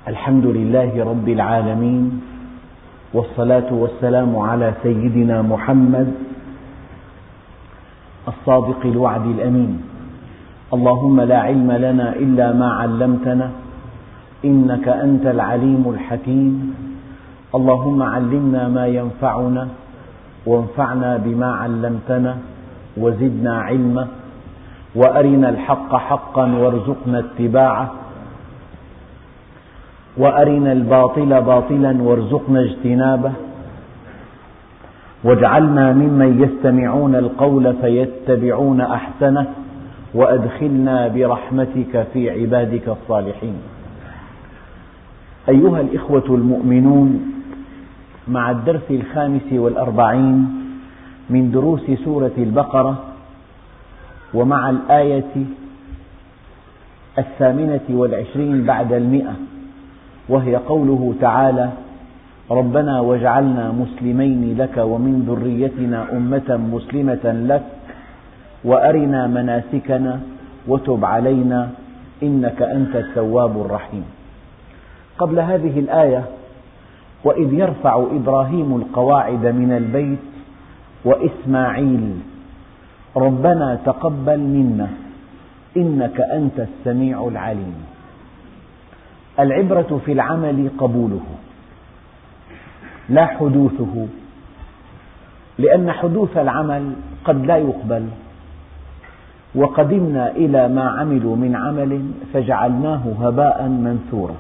الحمد لله رب العالمين، والصلاة والسلام على سيدنا محمد الصادق الوعد الأمين. اللهم لا علم لنا إلا ما علمتنا إنك أنت العليم الحكيم. اللهم علمنا ما ينفعنا وانفعنا بما علمتنا وزدنا علما، وأرنا الحق حقا وارزقنا اتباعه، وأرنا الباطل باطلا وارزقنا اجتنابه، واجعلنا ممن يستمعون القول فيتبعون أحسنه، وأدخلنا برحمتك في عبادك الصالحين. أيها الإخوة المؤمنون، مع الدرس 45 من دروس سورة البقرة، ومع الآية 28 بعد 100، وهي قوله تعالى: ربنا واجعلنا مسلمين لك ومن ذريتنا أمة مسلمة لك وأرنا مناسكنا وتب علينا إنك أنت التواب الرحيم. قبل هذه الآية: وإذ يرفع إبراهيم القواعد من البيت وإسماعيل ربنا تقبل منا إنك أنت السميع العليم. العبرة في العمل قبوله لا حدوثه، لأن حدوث العمل قد لا يقبل. وقدمنا إلى ما عملوا من عمل فجعلناه هباء منثورا.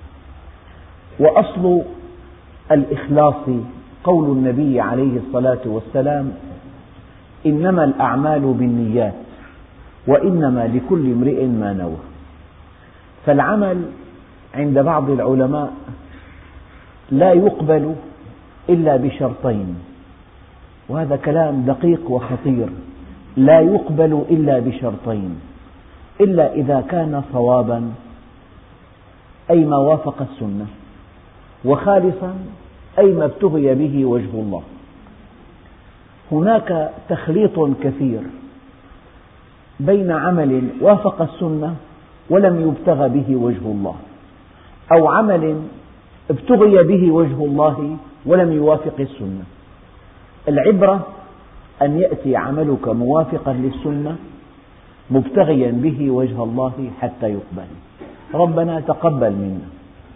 وأصل الإخلاص قول النبي عليه الصلاة والسلام: إنما الأعمال بالنيات وإنما لكل امرئ ما نوى. فالعمل عند بعض العلماء لا يقبل إلا بشرطين، وهذا كلام دقيق وخطير. لا يقبل إلا بشرطين: إلا إذا كان صوابا، أي ما وافق السنة، وخالصا، أي ما ابتغي به وجه الله. هناك تخليط كثير بين عمل وافق السنة ولم يبتغ به وجه الله، أو عمل ابتغي به وجه الله ولم يوافق السنة. العبرة أن يأتي عملك موافقا للسنة مبتغيا به وجه الله حتى يقبل. ربنا تقبل منا.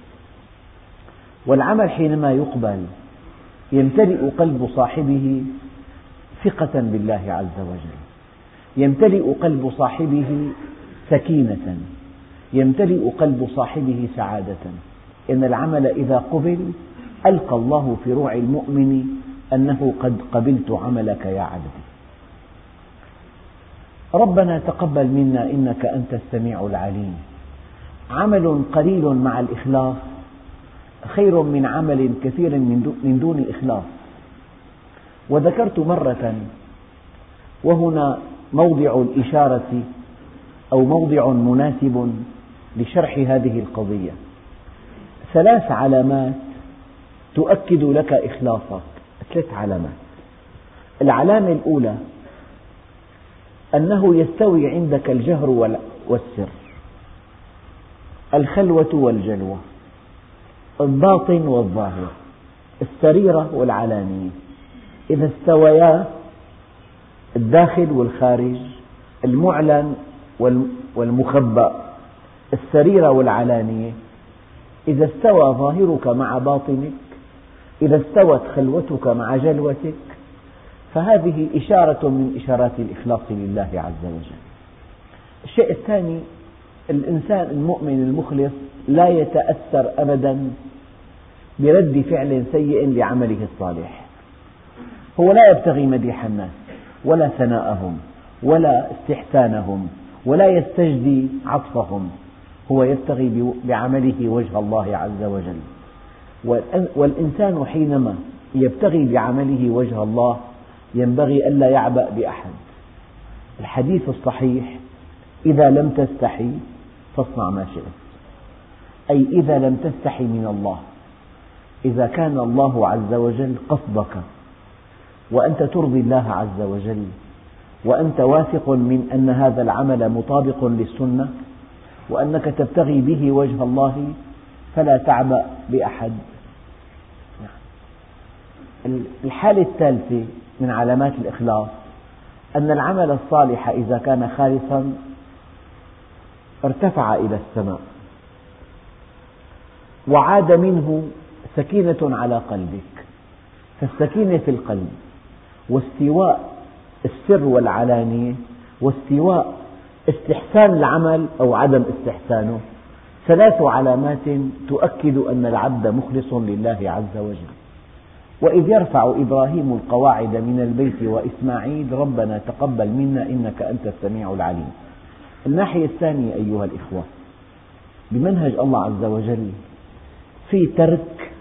والعمل حينما يقبل يمتلئ قلب صاحبه ثقة بالله عز وجل، يمتلئ قلب صاحبه سكينة، يمتلئ قلب صاحبه سعادة. إن العمل إذا قبل ألقى الله في روع المؤمن أنه قد قبلت عملك يا عبدي. ربنا تقبل منا إنك أنت السميع العليم. عمل قليل مع الإخلاص خير من عمل كثير من دون إخلاص. وذكرت مرة، وهنا موضع الإشارة أو موضع مناسب لشرح هذه القضية، 3 علامات تؤكد لك إخلاصك. 3 علامات. العلامة الأولى أنه يستوي عندك الجهر والسر، الخلوة والجلوة، الباطن والظاهر، السريرة والعلانية. إذا استويا، الداخل والخارج، المعلن والمخبأ، السريرة والعلانية، إذا استوى ظاهرك مع باطنك، إذا استوت خلوتك مع جلوتك، فهذه إشارة من إشارات الإخلاص لله عز وجل. الشيء الثاني: الإنسان المؤمن المخلص لا يتأثر أبدا برد فعل سيء لعمله الصالح. هو لا يبتغي مديح الناس ولا ثناءهم ولا استحسانهم ولا يستجدي عطفهم، هو يبتغي بعمله وجه الله عز وجل. والإنسان حينما يبتغي بعمله وجه الله ينبغي ألا يعبأ بأحد. الحديث الصحيح: إذا لم تستحي فاصنع ما شئت، أي إذا لم تستحي من الله. إذا كان الله عز وجل قصدك وأنت ترضي الله عز وجل، وأنت واثق من أن هذا العمل مطابق للسنة، وأنك تبتغي به وجه الله، فلا تعبأ بأحد. الحالة الثالثة من علامات الإخلاص أن العمل الصالح إذا كان خالصا ارتفع إلى السماء وعاد منه سكينة على قلبك، فالسكينة في القلب واستواء السر والعلانية واستواء استحسان العمل أو عدم استحسانه 3 علامات تؤكد أن العبد مخلص لله عز وجل. وإذ يرفع إبراهيم القواعد من البيت وإسماعيل ربنا تقبل منا إنك أنت السميع العليم. الناحية الثانية أيها الإخوة، بمنهج الله عز وجل في ترك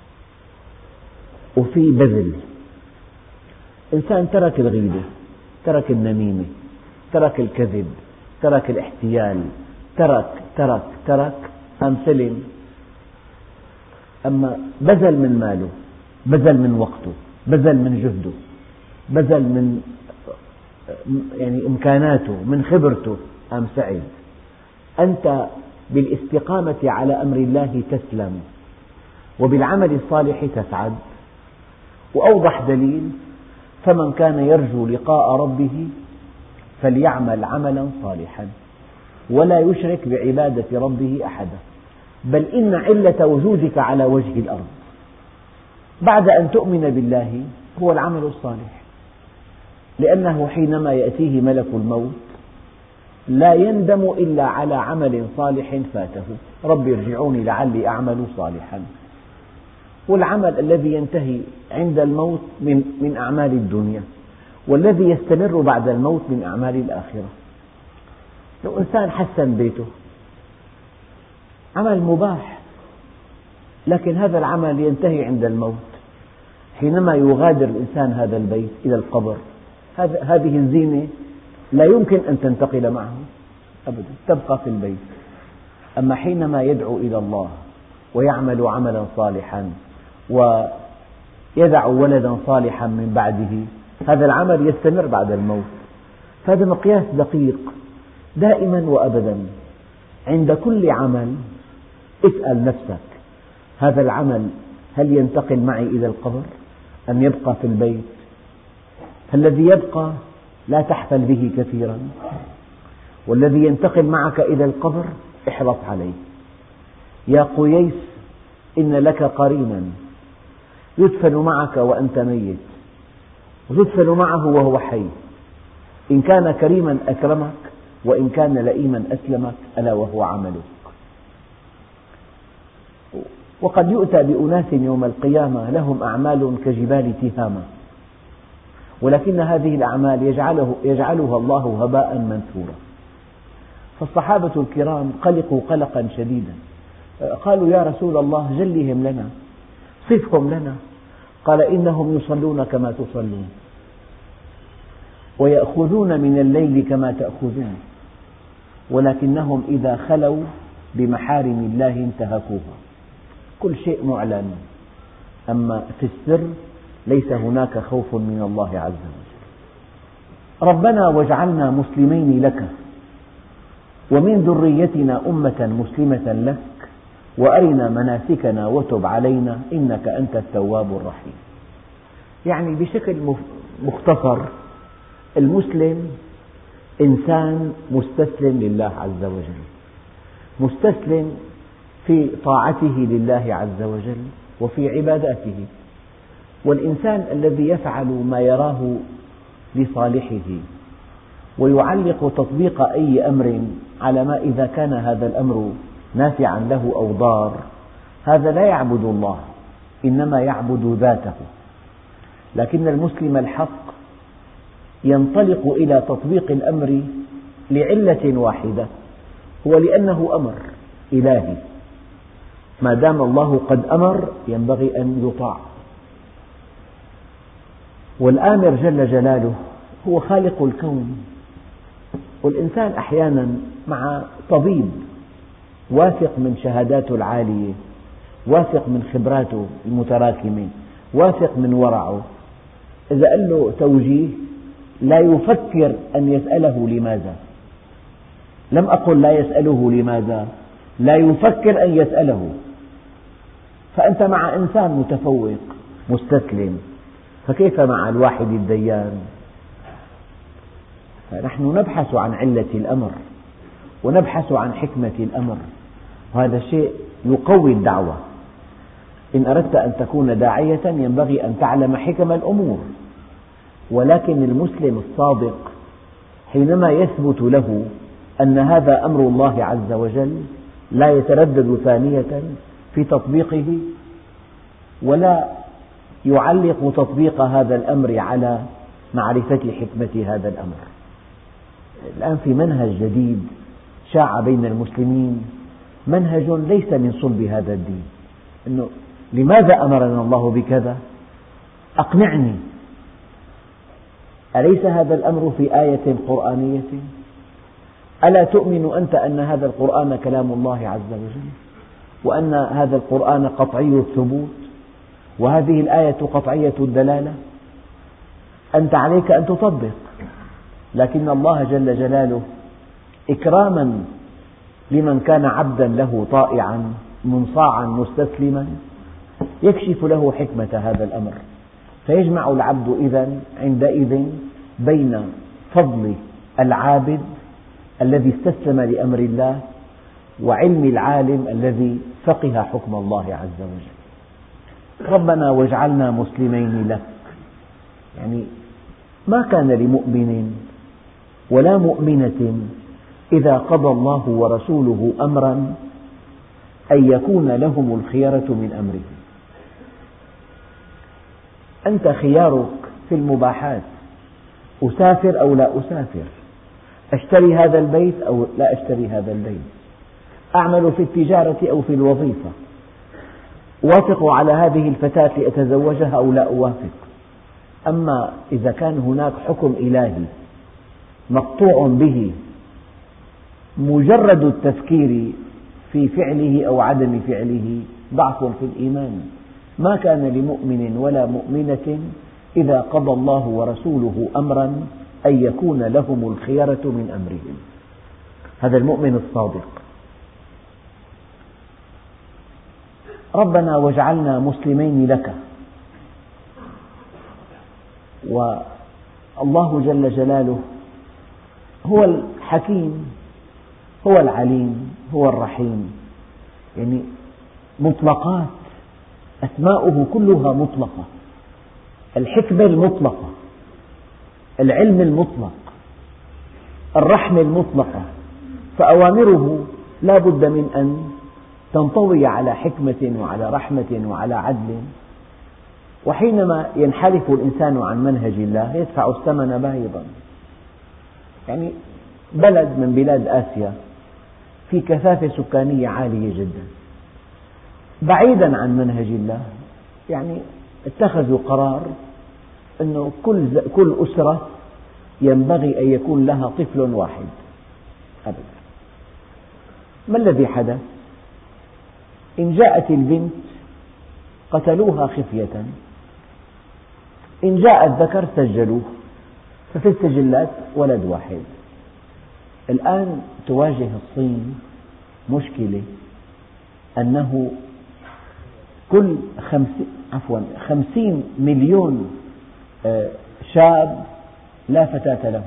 وفي بذل. إنسان ترك الغيبة، ترك النميمة، ترك الكذب، ترك الاحتيال، ترك قام سلم. أما بذل من ماله، بذل من وقته، بذل من جهده، بذل من إمكاناته، من خبرته، قام سعد. أنت بالاستقامة على أمر الله تسلم، وبالعمل الصالح تسعد. وأوضح دليل: فمن كان يرجو لقاء ربه فليعمل عملا صالحا ولا يشرك بعبادة ربه أحدا. بل إن علة وجودك على وجه الأرض بعد أن تؤمن بالله هو العمل الصالح، لأنه حينما يأتيه ملك الموت لا يندم إلا على عمل صالح فاته. رب ارجعوني لعلي أعمل صالحا. والعمل الذي ينتهي عند الموت من أعمال الدنيا، والذي يستمر بعد الموت من أعمال الآخرة. لو إنسان حسن بيته، عمل مباح، لكن هذا العمل ينتهي عند الموت. حينما يغادر الإنسان هذا البيت إلى القبر، هذه الزينة لا يمكن أن تنتقل معه أبدا، تبقى في البيت. أما حينما يدعو إلى الله ويعمل عملا صالحا ويدع ولدا صالحا من بعده، هذا العمل يستمر بعد الموت. فهذا مقياس دقيق دائما وأبدا. عند كل عمل اسأل نفسك: هذا العمل هل ينتقل معي إلى القبر أم يبقى في البيت؟ فالذي يبقى لا تحفل به كثيرا، والذي ينتقل معك إلى القبر احرص عليه. يا قييس إن لك قرينا يدفن معك وأنت ميت وتدفن معه وهو حي، إن كان كريما أكرمك وإن كان لئيما أسلمك، ألا وهو عملك. وقد يؤتى بأناس يوم القيامة لهم أعمال كجبال تهامة، ولكن هذه الأعمال يجعلها الله هباء منثورا. فالصحابة الكرام قلقوا قلقا شديدا، قالوا: يا رسول الله جلهم لنا، صفهم لنا. قال: إنهم يصلون كما تصلون، ويأخذون من الليل كما تأخذون، ولكنهم إذا خلوا بمحارم الله انتهكوها. كل شيء معلن، أما في السر ليس هناك خوف من الله عز وجل. ربنا واجعلنا مسلمين لك ومن ذريتنا أمة مسلمة لك وأرنا مناسكنا وتب علينا إنك أنت التواب الرحيم. يعني بشكل مختصر، المسلم إنسان مستسلم لله عز وجل، مستسلم في طاعته لله عز وجل وفي عباداته. والإنسان الذي يفعل ما يراه لصالحه ويعلق تطبيق أي أمر على ما إذا كان هذا الأمر نافعا له أو ضار، هذا لا يعبد الله، إنما يعبد ذاته. لكن المسلم الحق ينطلق إلى تطبيق الأمر لعلة واحدة، هو لأنه أمر إلهي. ما دام الله قد أمر ينبغي أن يطاع. والآمر جل جلاله هو خالق الكون. والإنسان أحيانا مع طبيب واثق من شهاداته العالية، واثق من خبراته المتراكمة، واثق من ورعه، إذا قال له توجيه لا يفكر أن يسأله لماذا. لم أقل لا يسأله لماذا، لا يفكر أن يسأله، فأنت مع إنسان متفوق مستسلم، فكيف مع الواحد الديان؟ فنحن نبحث عن علة الأمر ونبحث عن حكمة الأمر، وهذا الشيء يقوي الدعوة. إن أردت أن تكون داعية ينبغي أن تعلم حكم الأمور، ولكن المسلم الصادق حينما يثبت له أن هذا أمر الله عز وجل لا يتردد ثانية في تطبيقه، ولا يعلق تطبيق هذا الأمر على معرفة حكمة هذا الأمر. الآن في منهج جديد شاع بين المسلمين، منهج ليس من صلب هذا الدين، إنه لماذا أمرنا الله بكذا؟ أقنعني، أليس هذا الأمر في آية قرآنية؟ ألا تؤمن أنت أن هذا القرآن كلام الله عز وجل، وأن هذا القرآن قطعي الثبوت، وهذه الآية قطعية الدلالة؟ أنت عليك أن تطبق، لكن الله جل جلاله إكراما لمن كان عبدا له طائعا منصاعا مستسلما يكشف له حكمة هذا الأمر، فيجمع العبد عندئذ بين فضل العابد الذي استسلم لأمر الله وعلم العالم الذي فقه حكم الله عز وجل. ربنا واجعلنا مسلمين لك، يعني ما كان لمؤمن ولا مؤمنة إذا قضى الله ورسوله أمرا أن يكون لهم الخيرة من أمرهم. أنت خيارك في المباحات، أسافر أو لا أسافر، أشتري هذا البيت أو لا أشتري هذا البيت، أعمل في التجارة أو في الوظيفة، أوافق على هذه الفتاة لأتزوجها أو لا أوافق. أما إذا كان هناك حكم إلهي مقطوع به، مجرد التفكير في فعله أو عدم فعله ضعف في الإيمان. ما كان لمؤمن ولا مؤمنة إذا قضى الله ورسوله أمرا أن يكون لهم الخيرة من أمرهم. هذا المؤمن الصادق. ربنا واجعلنا مسلمين لك، والله جل جلاله هو الحكيم، هو العليم، هو الرحيم، يعني مطلقات، أسماؤه كلها مطلقة، الحكمة المطلقة، العلم المطلق، الرحمة المطلقة، فأوامره لا بد من أن تنطوي على حكمة وعلى رحمة وعلى عدل. وحينما ينحرف الإنسان عن منهج الله يدفع الثمن باهظا. يعني بلد من بلاد آسيا في كثافة سكانية عالية جدا، بعيدا عن منهج الله، يعني اتخذوا قرار أنه كل أسرة ينبغي أن يكون لها طفل واحد أبدا. ما الذي حدث؟ إن جاءت البنت قتلوها خفية، إن جاء الذكر سجلوه، ففي السجلات ولد واحد. الآن تواجه الصين مشكلة أنه كل 50 مليون شاب لا فتاة له.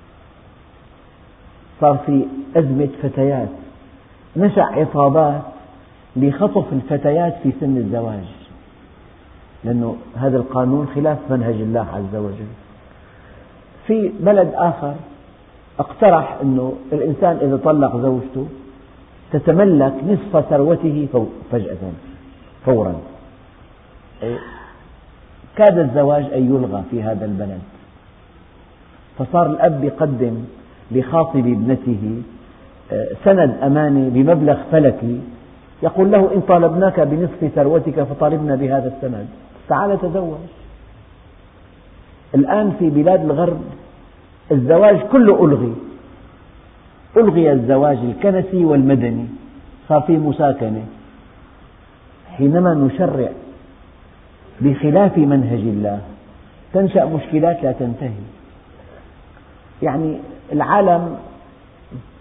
صار في أزمة فتيات، نشأ عصابات لخطف الفتيات في سن الزواج، لأنه هذا القانون خلاف منهج الله عز وجل. في بلد آخر اقترح أنه الإنسان إذا طلق زوجته تتملك نصف ثروته فجأة فورا. كاد الزواج أن يلغى في هذا البلد، فصار الأب يقدم لخاطب ابنته سند أمانة بمبلغ فلكي، يقول له إن طالبناك بنصف ثروتك فطالبنا بهذا السند، تعال تزوج. الآن في بلاد الغرب الزواج كله ألغي الزواج الكنسي والمدني، صار في مساكنة. حينما نشرع بخلاف منهج الله تنشأ مشكلات لا تنتهي. يعني العالم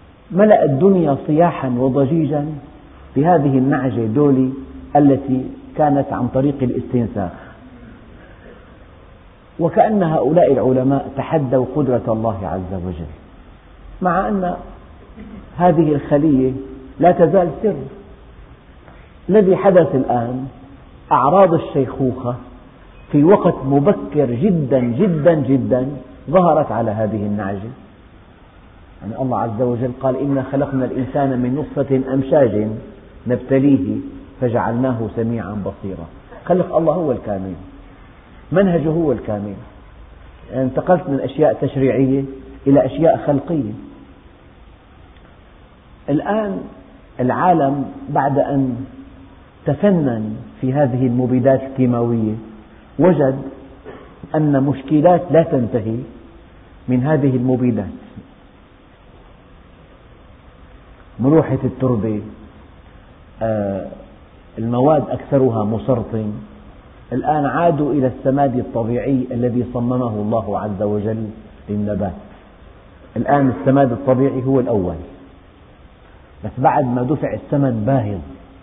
ملأ الدنيا صياحا وضجيجا بهذه النعجة دولي التي كانت عن طريق الاستنساخ، وكأن هؤلاء العلماء تحدوا قدرة الله عز وجل، مع أن هذه الخلية لا تزال سر. الذي حدث الآن أعراض الشيخوخة في وقت مبكر جدا جدا جدا ظهرت على هذه النعجة. يعني الله عز وجل قال: إنا خلقنا الإنسان من نطفة أمشاج نبتليه فجعلناه سميعا بصيرا. خلق الله هو الكامل، منهجه هو الكامل. يعني انتقلت من أشياء تشريعية إلى أشياء خلقية. الآن العالم بعد أن تفنن في هذه المبيدات الكيماوية وجد أن مشكلات لا تنتهي من هذه المبيدات. ملوحة التربة، المواد أكثرها مسرطن. الآن عادوا إلى السماد الطبيعي الذي صممه الله عز وجل للنبات. الآن السماد الطبيعي هو الأول، بس بعد ما دفع الثمن باهظ.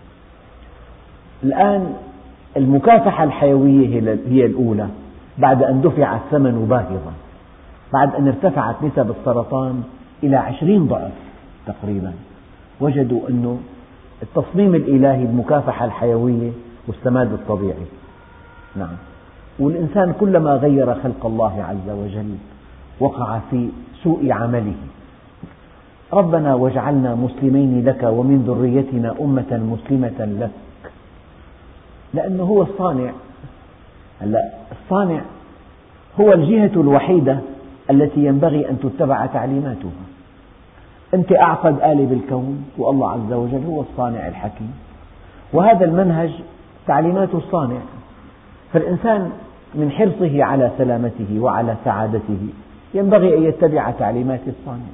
الآن المكافحة الحيوية هي الأولى بعد أن دفع الثمن باهظا، بعد أن ارتفعت نسب السرطان إلى 20 ضعف تقريبا. وجدوا أن التصميم الإلهي المكافحة الحيوية والسماد الطبيعي. نعم. والإنسان كلما غير خلق الله عز وجل وقع في سوء عمله. ربنا واجعلنا مسلمين لك ومن ذريتنا أمة مسلمة لك، لأنه هو الصانع. الصانع هو الجهة الوحيدة التي ينبغي أن تتبع تعليماتها. أنت أعقد آلة بالكون، والله عز وجل هو الصانع الحكيم، وهذا المنهج تعليمات الصانع. فالإنسان من حرصه على سلامته وعلى سعادته ينبغي أن يتبع تعليمات الصانع.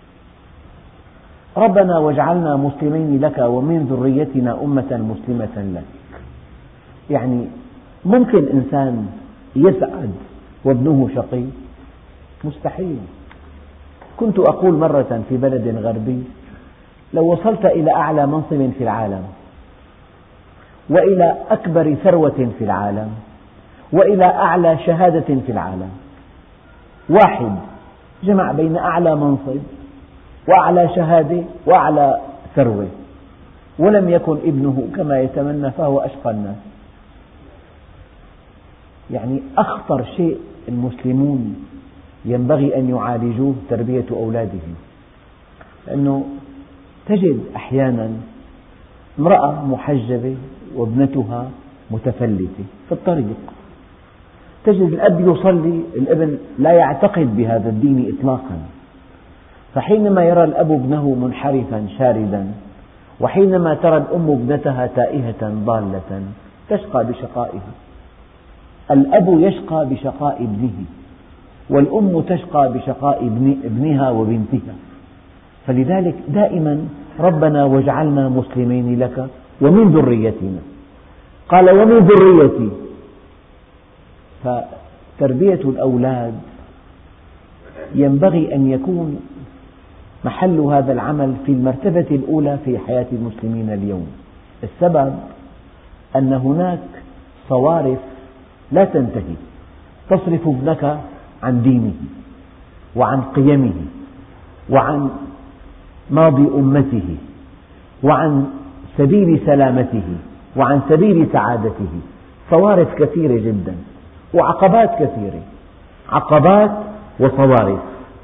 ربنا واجعلنا مسلمين لك ومن ذريتنا أمة مسلمة لك. يعني ممكن إنسان يسعد وابنه شقي؟ مستحيل. كنت أقول مرة في بلد غربي: لو وصلت إلى أعلى منصب في العالم، وإلى أكبر ثروة في العالم، وإلى أعلى شهادة في العالم، واحد جمع بين أعلى منصب وأعلى شهادة وأعلى ثروة، ولم يكن ابنه كما يتمنى، فهو أشقى الناس. يعني أخطر شيء المسلمون ينبغي أن يعالجوه تربية أولادهم، لأنه تجد أحيانا امرأة محجبة وابنتها متفلتة في الطريق، تجد الأب يصلي، الابن لا يعتقد بهذا الدين إطلاقا، فحينما يرى الأب ابنه منحرفا شاردا، وحينما ترى الأم ابنتها تائهة ضالة تشقى بشقائها. الأب يشقى بشقاء ابنه، والأم تشقى بشقاء ابنها وبنتها. فلذلك دائما ربنا واجعلنا مسلمين لك ومن ذريتنا، قال ومن ذريتي. فتربية الأولاد ينبغي أن يكون محل هذا العمل في المرتبة الأولى في حياة المسلمين اليوم. السبب أن هناك صوارف لا تنتهي تصرف ابنك عن دينه وعن قيمه وعن ماضي أمته وعن سبيل سلامته وعن سبيل سعادته. صوارف كثيرة جدا وعقبات كثيرة، عقبات وصوارف.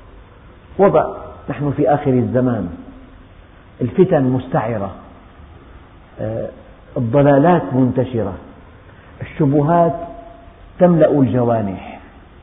نحن في آخر الزمان، الفتن مستعرة، الضلالات منتشرة، الشبهات تملأ الجوانح،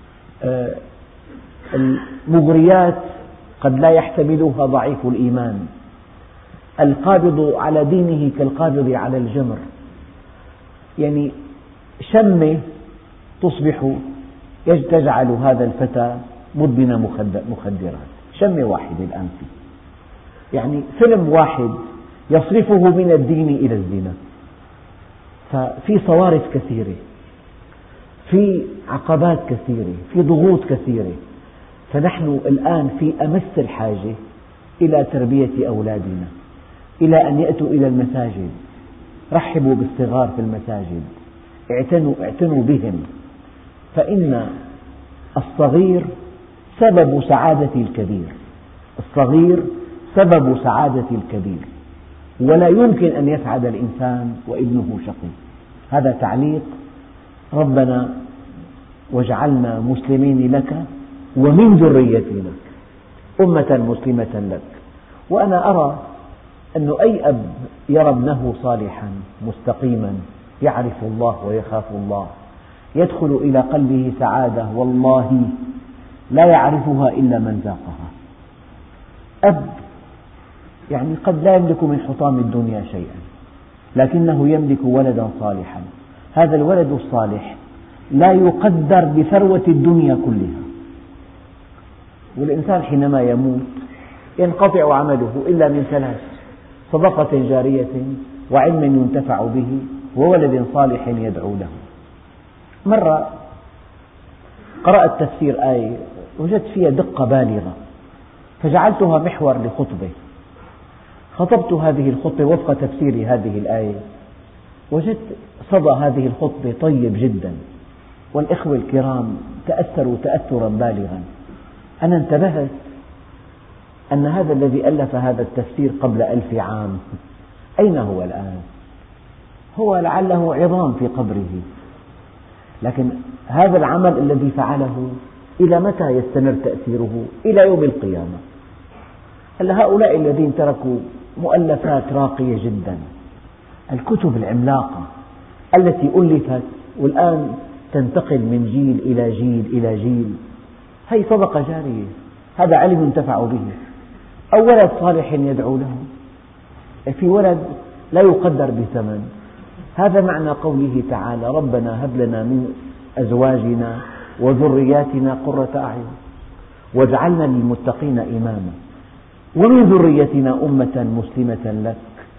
المغريات قد لا يحتملها ضعيف الإيمان، القابض على دينه كالقابض على الجمر. يعني شمة تصبح تجعل هذا الفتى مدمن مخدرات، شمة واحدة الآن فيه، يعني فيلم واحد يصرفه من الدين إلى الزنا. ففي صوارف كثيرة، في عقبات كثيرة، في ضغوط كثيرة. فنحن الآن في أمس الحاجة إلى تربية أولادنا، إلى أن يأتوا إلى المساجد رحبوا بالصغار في المساجد، اعتنوا بهم، فإن الصغير سبب سعادة الكبير، الصغير سبب سعادة الكبير، ولا يمكن أن يسعد الإنسان وابنه شقي. هذا تعليق: ربنا واجعلنا مسلمين لك ومن ذريتنا أمة مسلمة لك. وأنا أرى أن أي أب يرى ابنه صالحا مستقيما يعرف الله ويخاف الله يدخل إلى قلبه سعادة والله لا يعرفها إلا من ذاقها. أب يعني قد لا يملك من حطام الدنيا شيئا، لكنه يملك ولدا صالحا، هذا الولد الصالح لا يقدر بثروة الدنيا كلها. والإنسان حينما يموت ينقطع عمله إلا من ثلاث: صدقة جارية، وعلم ينتفع به، وولد صالح يدعو له. مرة قرأت تفسير آية وجدت فيها دقة بالغة، فجعلتها محور لخطبة، خطبت هذه الخطبة وفق تفسير هذه الآية، وجدت صدى هذه الخطبة طيب جدا، والإخوة الكرام تأثروا تأثرا بالغا. أنا انتبهت أن هذا الذي ألف هذا التفسير قبل 1000 عام أين هو الآن؟ هو لعله عظام في قبره، لكن هذا العمل الذي فعله إلى متى يستمر تأثيره؟ إلى يوم القيامة. هؤلاء الذين تركوا مؤلفات راقية جدا، الكتب العملاقة التي ألفت والآن تنتقل من جيل إلى جيل إلى جيل، هذه صدقة جارية، هذا علم ينتفع به، أو ولد صالح يدعو له. في ولد لا يقدر بثمن. هذا معنى قوله تعالى: ربنا هب لنا من أزواجنا وذرياتنا قرة أعين واجعلنا للمتقين إماما ومن ذريتنا أمة مسلمة لك.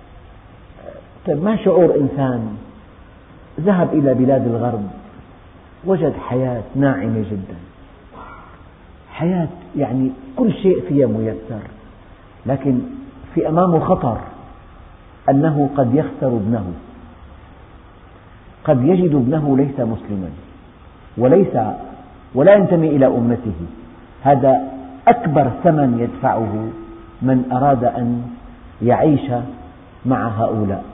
طيب ما شعور إنسان ذهب إلى بلاد الغرب وجد حياة ناعمة جدا، حياة يعني كل شيء فيها ميسر، لكن في أمامه خطر أنه قد يخسر ابنه، قد يجد ابنه ليس مسلما ولا ينتمي إلى أمته. هذا أكبر ثمن يدفعه من أراد أن يعيش مع هؤلاء.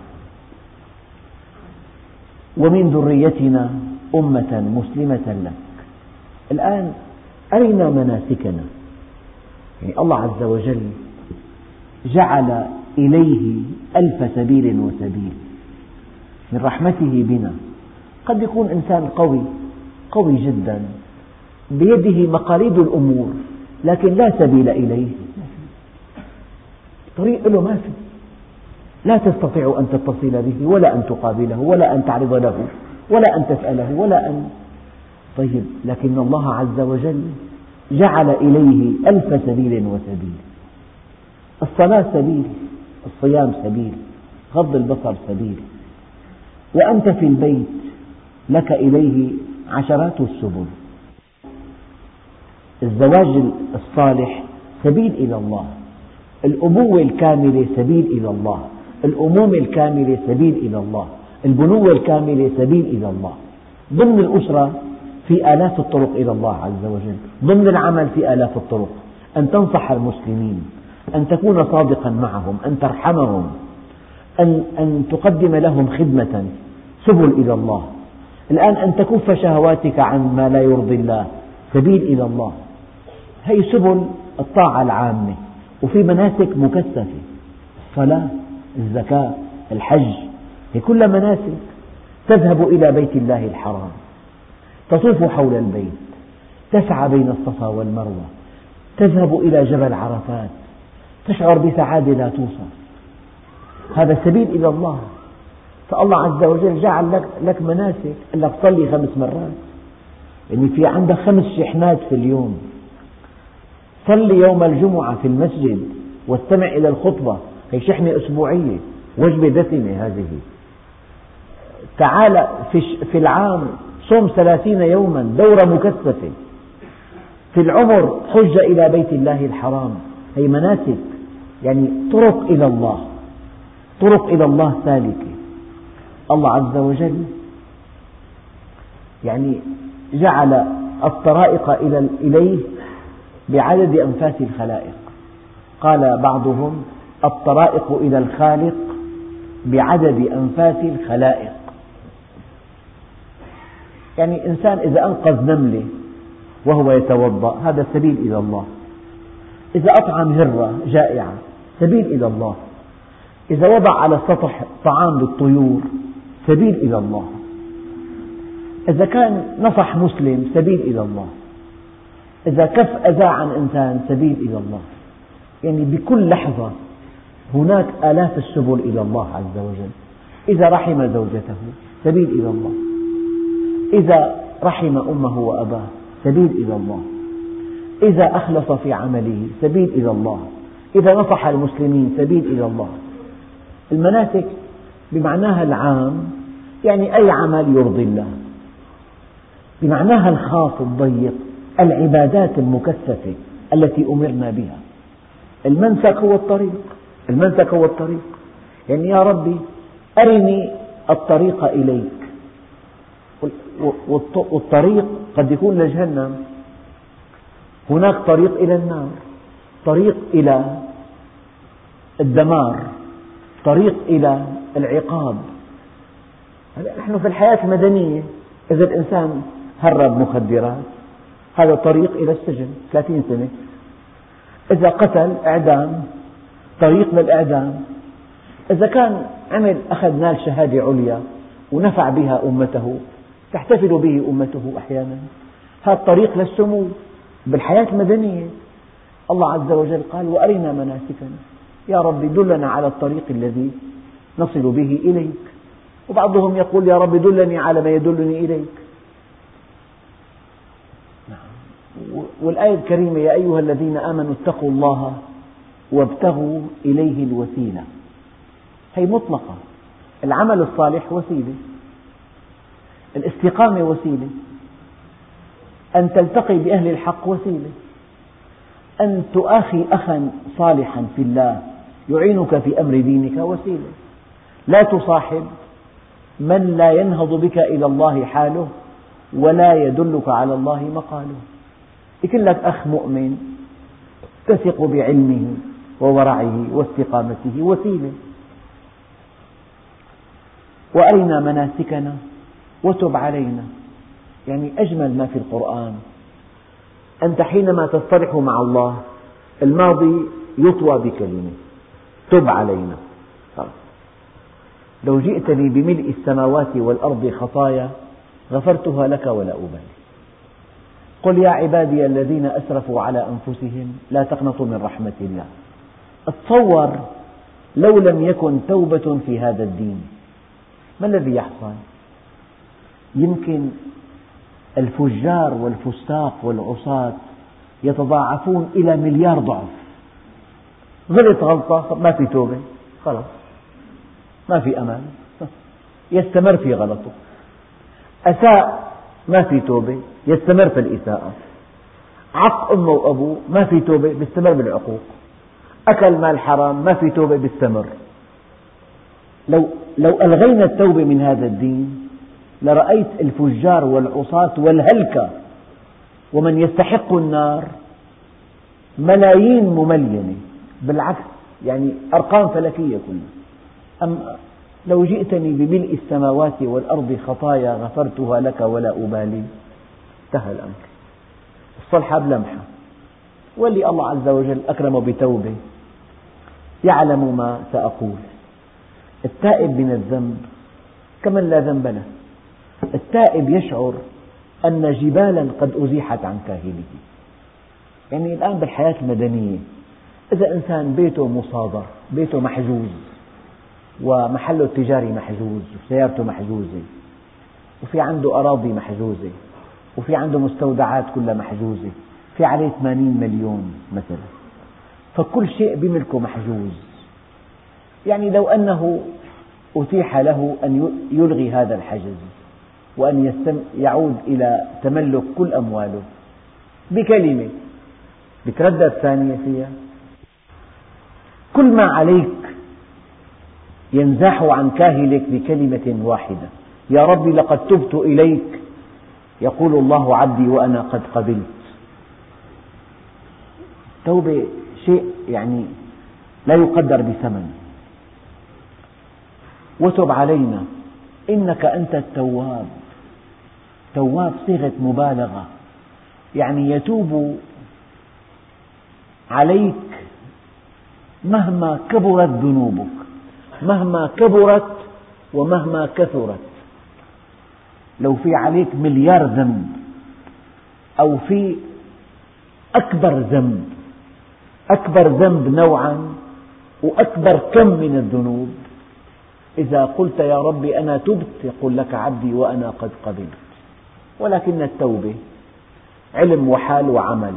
ومن ذريتنا أمة مسلمة لك. الآن أرنا مناسكنا، يعني الله عز وجل جعل إليه 1000 سبيل وسبيل من رحمته بنا. قد يكون إنسان قوي جدا بيده مقاليد الأمور، لكن لا سبيل إليه، طريق له ما في، لا تستطيع أن تتصل به ولا أن تقابله ولا أن تعرض له ولا أن تسأله ولا أن طيب، لكن الله عز وجل جعل إليه 1000 سبيل وسبيل. الصلاة سبيل، الصيام سبيل، غض البصر سبيل، وأنت في البيت لك إليه عشرات السبل. الزواج الصالح سبيل إلى الله، الأبوة الكاملة سبيل إلى الله، الأمومة الكاملة سبيل إلى الله، البنوة الكاملة سبيل إلى الله. ضمن الأسرة في آلاف الطرق إلى الله عز وجل، ضمن العمل في آلاف الطرق، أن تنصح المسلمين، أن تكون صادقا معهم، أن ترحمهم، أن تقدم لهم خدمة، سبل إلى الله. الآن أن تكف شهواتك عن ما لا يرضي الله سبيل إلى الله. هي سبل الطاعة العامة، وفي مناسك مكثفة: الصلاة، الزكاة، الحج، هي كلها مناسك. تذهب إلى بيت الله الحرام، تطوف حول البيت، تسعى بين الصفا والمروة، تذهب إلى جبل عرفات، تشعر بسعادة لا توصف. هذا سبيل إلى الله. فالله عز وجل جعل لك مناسك، قال لك صلي 5 مرات، يعني في عندك 5 شحنات في اليوم. صلي يوم الجمعة في المسجد واستمع إلى الخطبة، هي شحنة أسبوعية، وجبة دسمة هذه. تعال في العام صم 30 يوما، دورة مكثفة. في العمر حج إلى بيت الله الحرام، هي مناسك، يعني طرق إلى الله، طرق إلى الله سالكة. الله عز وجل جعل الطرائق إليه بعدد أنفاس الخلائق. قال بعضهم: الطرائق إلى الخالق بعدد أنفاس الخلائق. إنسان إذا أنقذ نملة وهو يتوضأ هذا سبيل إلى الله، إذا أطعم هرة جائعة سبيل إلى الله، إذا وضع على السطح طعام للطيور سبيل إلى الله، إذا كان نصح مسلم سبيل إلى الله، إذا كف أذى عن إنسان سبيل إلى الله. بكل لحظة هناك آلاف السبل إلى الله عز وجل. إذا رحم زوجته سبيل إلى الله، إذا رحم أمه وأباه سبيل إلى الله، إذا أخلص في عمله سبيل إلى الله، إذا نصح المسلمين سبيل إلى الله. المناسك بمعناها العام أي عمل يرضي الله، بمعناها الخاص الضيق العبادات المكثفة التي أمرنا بها. المنسك هو الطريق، يا ربي أرني الطريق إليك، والطريق قد يكون لجهنم، هناك طريق إلى النار، طريق إلى الدمار، طريق إلى العقاب. نحن في الحياة المدنية إذا الإنسان هرب مخدرات هذا طريق إلى السجن 30 سنة، إذا قتل إعدام، طريق للإعدام، إذا كان نال شهادة عليا ونفع بها أمته تحتفل به أمته أحيانا، هذا طريق للسمو. بالحياة المدنية الله عز وجل قال: وأرنا مناسكنا، يا رب دلنا على الطريق الذي نصل به إليك. وبعضهم يقول: يا رب دلني على ما يدلني إليك. والآية الكريمة: يا أيها الذين آمنوا اتقوا الله وابتغوا إليه الوسيلة، هي مطلقة. العمل الصالح وسيلة، الاستقامة وسيلة، أن تلتقي بأهل الحق وسيلة، أن تؤاخي أخا صالحا في الله يعينك في أمر دينك وسيلة. لا تصاحب من لا ينهض بك إلى الله حاله ولا يدلك على الله مقاله. يكون لك أخ مؤمن تثق بعلمه وورعه واستقامته وسيلة. وأرنا مناسكنا وتب علينا، أجمل ما في القرآن أنت حينما تصطلح مع الله الماضي يطوى بكلمة تب علينا. لو جئتني بملء السماوات والأرض خطايا غفرتها لك ولا أبالي. قل يا عبادي الذين أسرفوا على أنفسهم لا تقنطوا من رحمة الله. تصور لو لم يكن توبة في هذا الدين ما الذي يحصل؟ يمكن الفجار والفساق والعصاة يتضاعفون إلى مليار ضعف. غلط غلطة ما في توبة، خلاص ما في أمان، يستمر في غلطه. أساء ما في توبة، يستمر في الإساءة. عق أمه وأبوه ما في توبة، يستمر بالعقوق. أكل مال حرام ما في توبة، يستمر. لو ألغينا التوبة من هذا الدين لرأيت الفجار والعصاة والهلكة ومن يستحق النار ملايين مملينة، بالعكس أرقام فلكية كلها. أما لو جئتني بملء السماوات والأرض خطايا غفرتها لك ولا أبالي، انتهى الأمر. الصلحة بلمحة. واللي الله عز وجل أكرمه بتوبة يعلم ما سأقول. التائب من الذنب كمن لا ذنب له. التائب يشعر أن جبالا قد أزيحت عن كاهله. الآن بالحياة المدنية إذا إنسان بيته مصادر، بيته محجوز ومحله التجاري محجوز وسيارته محجوزة وفي عنده أراضي محجوزة وفي عنده مستودعات كلها محجوزة، في عليه 80 مليون مثلا، فكل شيء بملكه محجوز. لو أنه أتيح له أن يلغي هذا الحجز وأن يعود إلى تملك كل أمواله بكلمة بتردد ثانية فيها، كل ما عليك ينزاح عن كاهلك بكلمة واحدة، يا رب لقد تبت إليك، يقول الله عبدي وأنا قد قبلت. التوبة شيء لا يقدر بثمن. وتب علينا إنك أنت التواب. تواب صيغة مبالغة، يتوب عليك مهما كبرت ذنوبك، مهما كبرت ومهما كثرت. لو في عليك مليار ذنب أو في أكبر ذنب، أكبر ذنب نوعا وأكبر كم من الذنوب، إذا قلت يا رب أنا تبت يقول لك عبدي وأنا قد قبلت. ولكن التوبة علم وحال وعمل.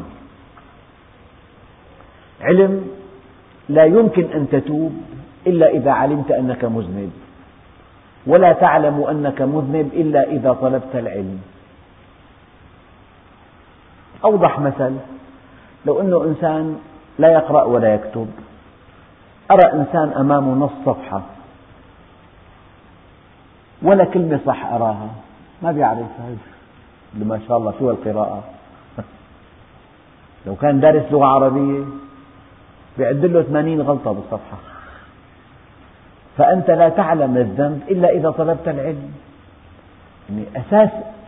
علم، لا يمكن أن تتوب إلا إذا علمت أنك مذنب، ولا تعلم أنك مذنب إلا إذا طلبت العلم. أوضح مثل، لو أنه إنسان لا يقرأ ولا يكتب، أرى إنسان أمامه نص صفحة ولا كلمة صح أراها، ما بيعرف هذا، ما شاء الله شو القراءة. لو كان دارس لغة عربية بيعد له 80 غلطة بالصفحة. فأنت لا تعلم الذنب إلا إذا طلبت العلم. أساس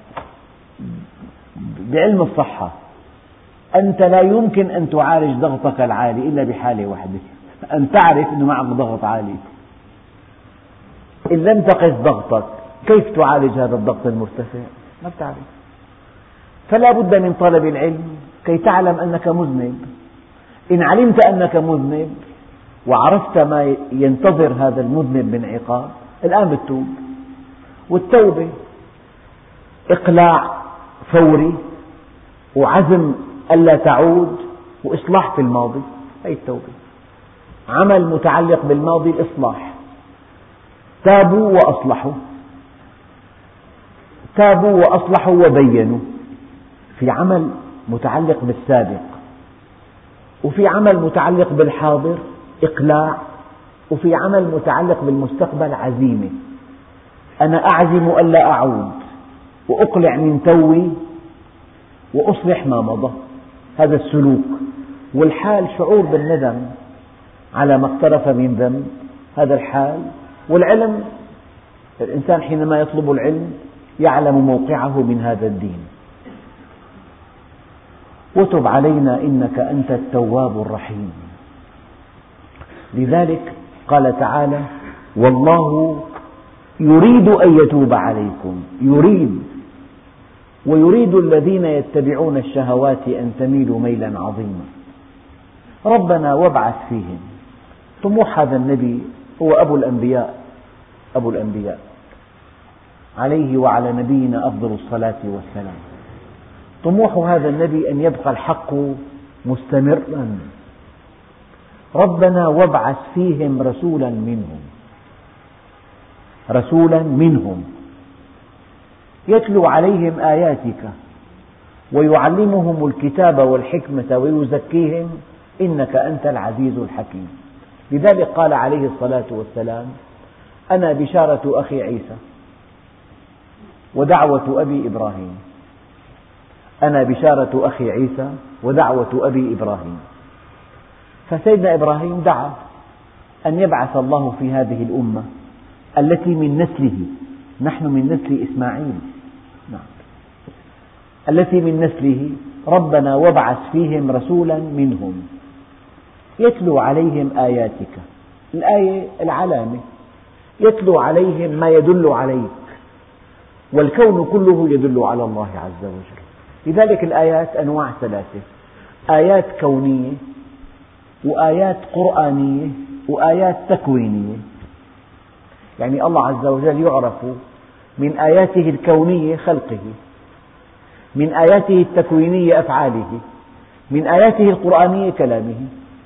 بعلم الصحة، أنت لا يمكن أن تعالج ضغطك العالي إلا بحالة واحدة، أن تعرف أنه معك ضغط عالي. إن لم تقس ضغطك كيف تعالج هذا الضغط المرتفع؟ ما بتعرف. فلا بد من طلب العلم كي تعلم أنك مذنب. إن علمت أنك مذنب وعرفت ما ينتظر هذا المذنب من عقاب، الآن بتتوب. والتوبة إقلاع فوري وعزم ألا تعود وإصلاح في الماضي. هذه التوبة، عمل متعلق بالماضي، الإصلاح. تابوا وأصلحوا، تابوا وأصلحوا وبينوا. في عمل متعلق بالسابق، وفي عمل متعلق بالحاضر إقلاع، وفي عمل متعلق بالمستقبل عزيمة. أنا أعزم ألا أعود وأقلع من توي وأصلح ما مضى، هذا السلوك. والحال شعور بالندم على ما اقترف من ذنب، هذا الحال. والعلم، الإنسان حينما يطلب العلم يعلم موقعه من هذا الدين. وتب علينا إنك أنت التواب الرحيم. لذلك قال تعالى والله يريد أن يتوب عليكم، يريد. ويريد الذين يتبعون الشهوات أن تميلوا ميلا عظيما. ربنا وابعث فيهم. طموح هذا النبي هو أبو الأنبياء، أبو الأنبياء عليه وعلى نبينا أفضل الصلاة والسلام. طموح هذا النبي أن يبقى الحق مستمرا. ربنا وابعث فيهم رسولا منهم، رسولا منهم يتلو عليهم آياتك ويعلمهم الكتاب والحكمة ويزكيهم إنك أنت العزيز الحكيم. لذلك قال عليه الصلاة والسلام أنا بشارة أخي عيسى ودعوة أبي إبراهيم. أنا بشارة أخي عيسى ودعوة أبي إبراهيم. فسيدنا إبراهيم دعا أن يبعث الله في هذه الأمة التي من نسله، نحن من نسل إسماعيل، التي من نسله، ربنا وابعث فيهم رسولا منهم يتلو عليهم آياتك. الآية العلامة، يتلو عليهم ما يدل عليك، والكون كله يدل على الله عز وجل. لذلك الآيات أنواع ثلاثة: آيات كونية، وآيات قرآنية، وآيات تكوينية. يعني الله عز وجل يعرف من آياته الكونية خلقه، من آياته التكوينية أفعاله، من آياته القرآنية كلامه.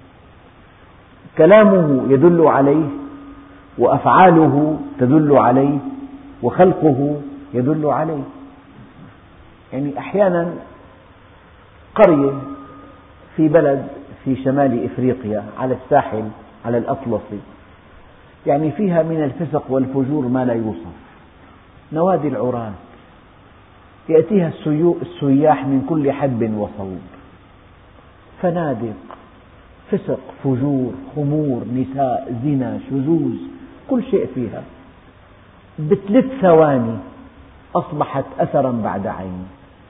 كلامه يدل عليه، وأفعاله تدل عليه، وخلقه يدل عليه. يعني أحيانا قرية في بلد في شمال إفريقيا على الساحل، على الأطلسي، يعني فيها من الفسق والفجور ما لا يوصف. نوادي العراة يأتيها السياح من كل حدب وصوب، فنادق، فسق، فجور، خمور، نساء، زنا، شذوذ، كل شيء فيها. ب3 ثواني أصبحت أثرا بعد عين.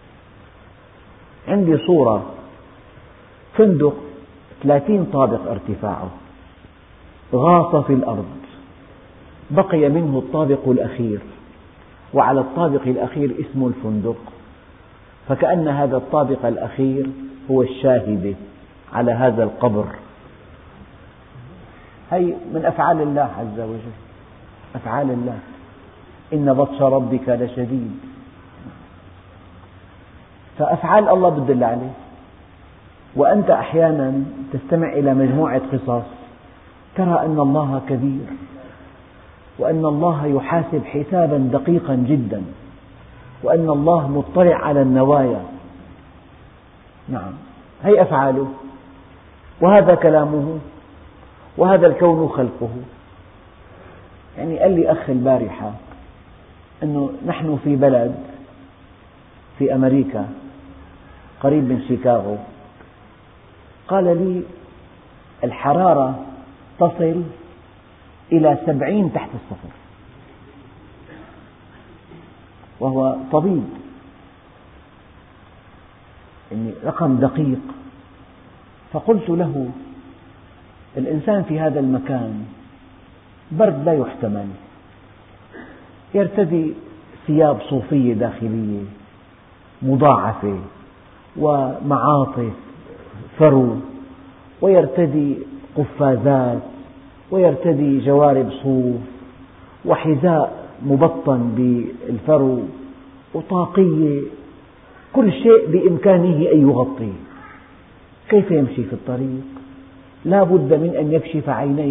عندي صورة، فندق 30 طابق ارتفاعه، غاص في الأرض، بقي منه الطابق الأخير، وعلى الطابق الأخير اسم الفندق، فكأن هذا الطابق الأخير هو الشاهد على هذا القبر. هي من أفعال الله عز وجل، أفعال الله، إن بطش ربك لشديد. فأفعال الله بتدل عليه. وأنت أحيانا تستمع إلى مجموعة قصص ترى أن الله كبير، وأن الله يحاسب حسابا دقيقا جدا، وأن الله مطلع على النوايا. نعم، هي أفعاله، وهذا كلامه، وهذا الكون خلقه. يعني قال لي أخ البارحة أنه نحن في بلد في أمريكا قريب من شيكاغو، قال لي الحرارة تصل إلى 70 تحت الصفر، وهو طبيب، يعني رقم دقيق. فقلت له الإنسان في هذا المكان برد لا يحتمل، يرتدي ثياب صوفية داخلية مضاعفة ومعاطف فرو، ويرتدي قفازات، ويرتدي جوارب صوف، وحذاء مبطن بالفرو، وطاقية، كل شيء بإمكانه أن يغطيه. كيف يمشي في الطريق؟ لا بد من أن يكشف عينيه.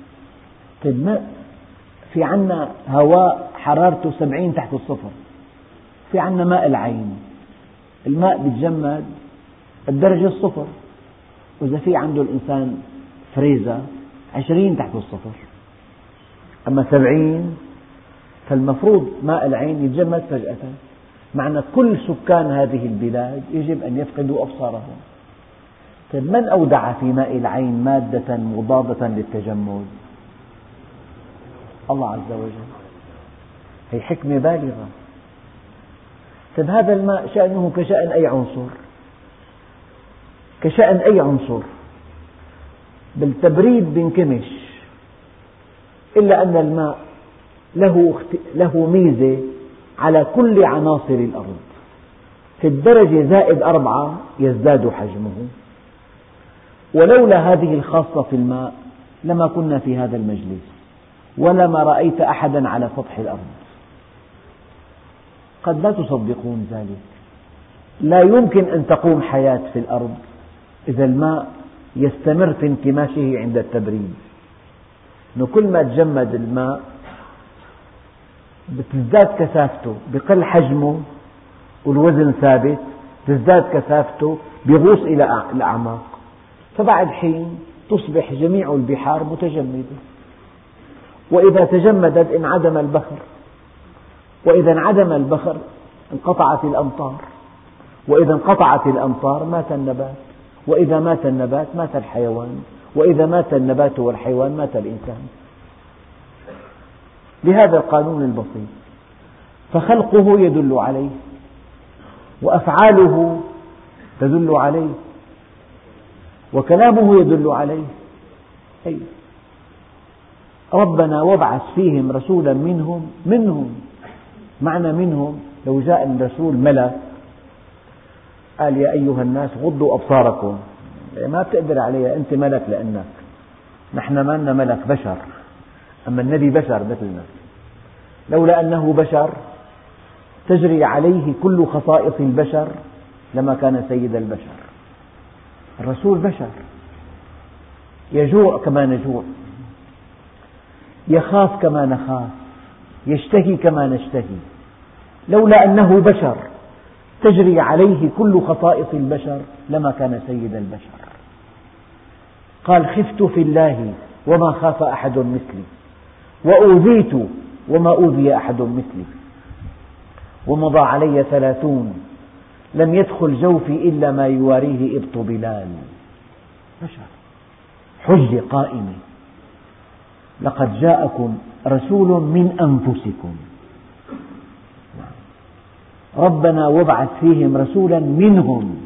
في عنا هواء حرارته 70 تحت الصفر، في عنا ماء العين، الماء بيتجمد الدرجة الصفر، وإذا في عنده الإنسان فريزة 20 تحت الصفر، أما 70 فالمفروض ماء العين يتجمد فجأة. معنى كل سكان هذه البلاد يجب أن يفقدوا أبصارهم. من أودع في ماء العين مادة مضادة للتجمد؟ الله عز وجل. هي حكمة بالغة. هذا الماء شأنه كشأن أي عنصر، كشأن أي عنصر، بالتبريد بينكمش، إلا أن الماء له ميزة على كل عناصر الأرض، في الدرجة -4 يزداد حجمه. ولولا هذه الخاصة في الماء لما كنا في هذا المجلس، ولما رأيت أحدا على سطح الأرض. قد لا تصدقون ذلك. لا يمكن أن تقوم حياة في الأرض إذا الماء يستمر في انكماشه عند التبريد. كل ما تجمد الماء بتزداد كثافته، بقل حجمه والوزن ثابت، تزداد كثافته، بيغوص إلى الأعماق، فبعد حين تصبح جميع البحار متجمدة. وإذا تجمدت انعدم البحر، وإذا انعدم البحر انقطعت الأمطار، وإذا انقطعت الأمطار مات النبات، وإذا مات النبات مات الحيوان، وإذا مات النبات والحيوان مات الإنسان، بهذا القانون البسيط. فخلقه يدل عليه، وأفعاله تدل عليه، وكلامه يدل عليه. ربنا وابعث فيهم رسولا منهم معنى منهم. لو جاء الرسول ملك قال يا أيها الناس غضوا أبصاركم، ما بتقدر عليها، أنت ملك لأنك، نحن ما لنا ملك، بشر، أما النبي بشر مثلنا. لولا أنه بشر تجري عليه كل خصائص البشر لما كان سيد البشر. الرسول بشر، يجوع كما نجوع، يخاف كما نخاف، يشتهي كما نشتهي. لولا أنه بشر تجري عليه كل خصائص البشر لما كان سيد البشر. قال خفت في الله وما خاف أحد مثلي. وأوذيت وما أوذي أحد مثلي ومضى علي 30 لم يدخل جوفي إلا ما يواريه إبط بلال. حجة قائمة، لقد جاءكم رسول من أنفسكم ربنا وابعث فيهم رسولا منهم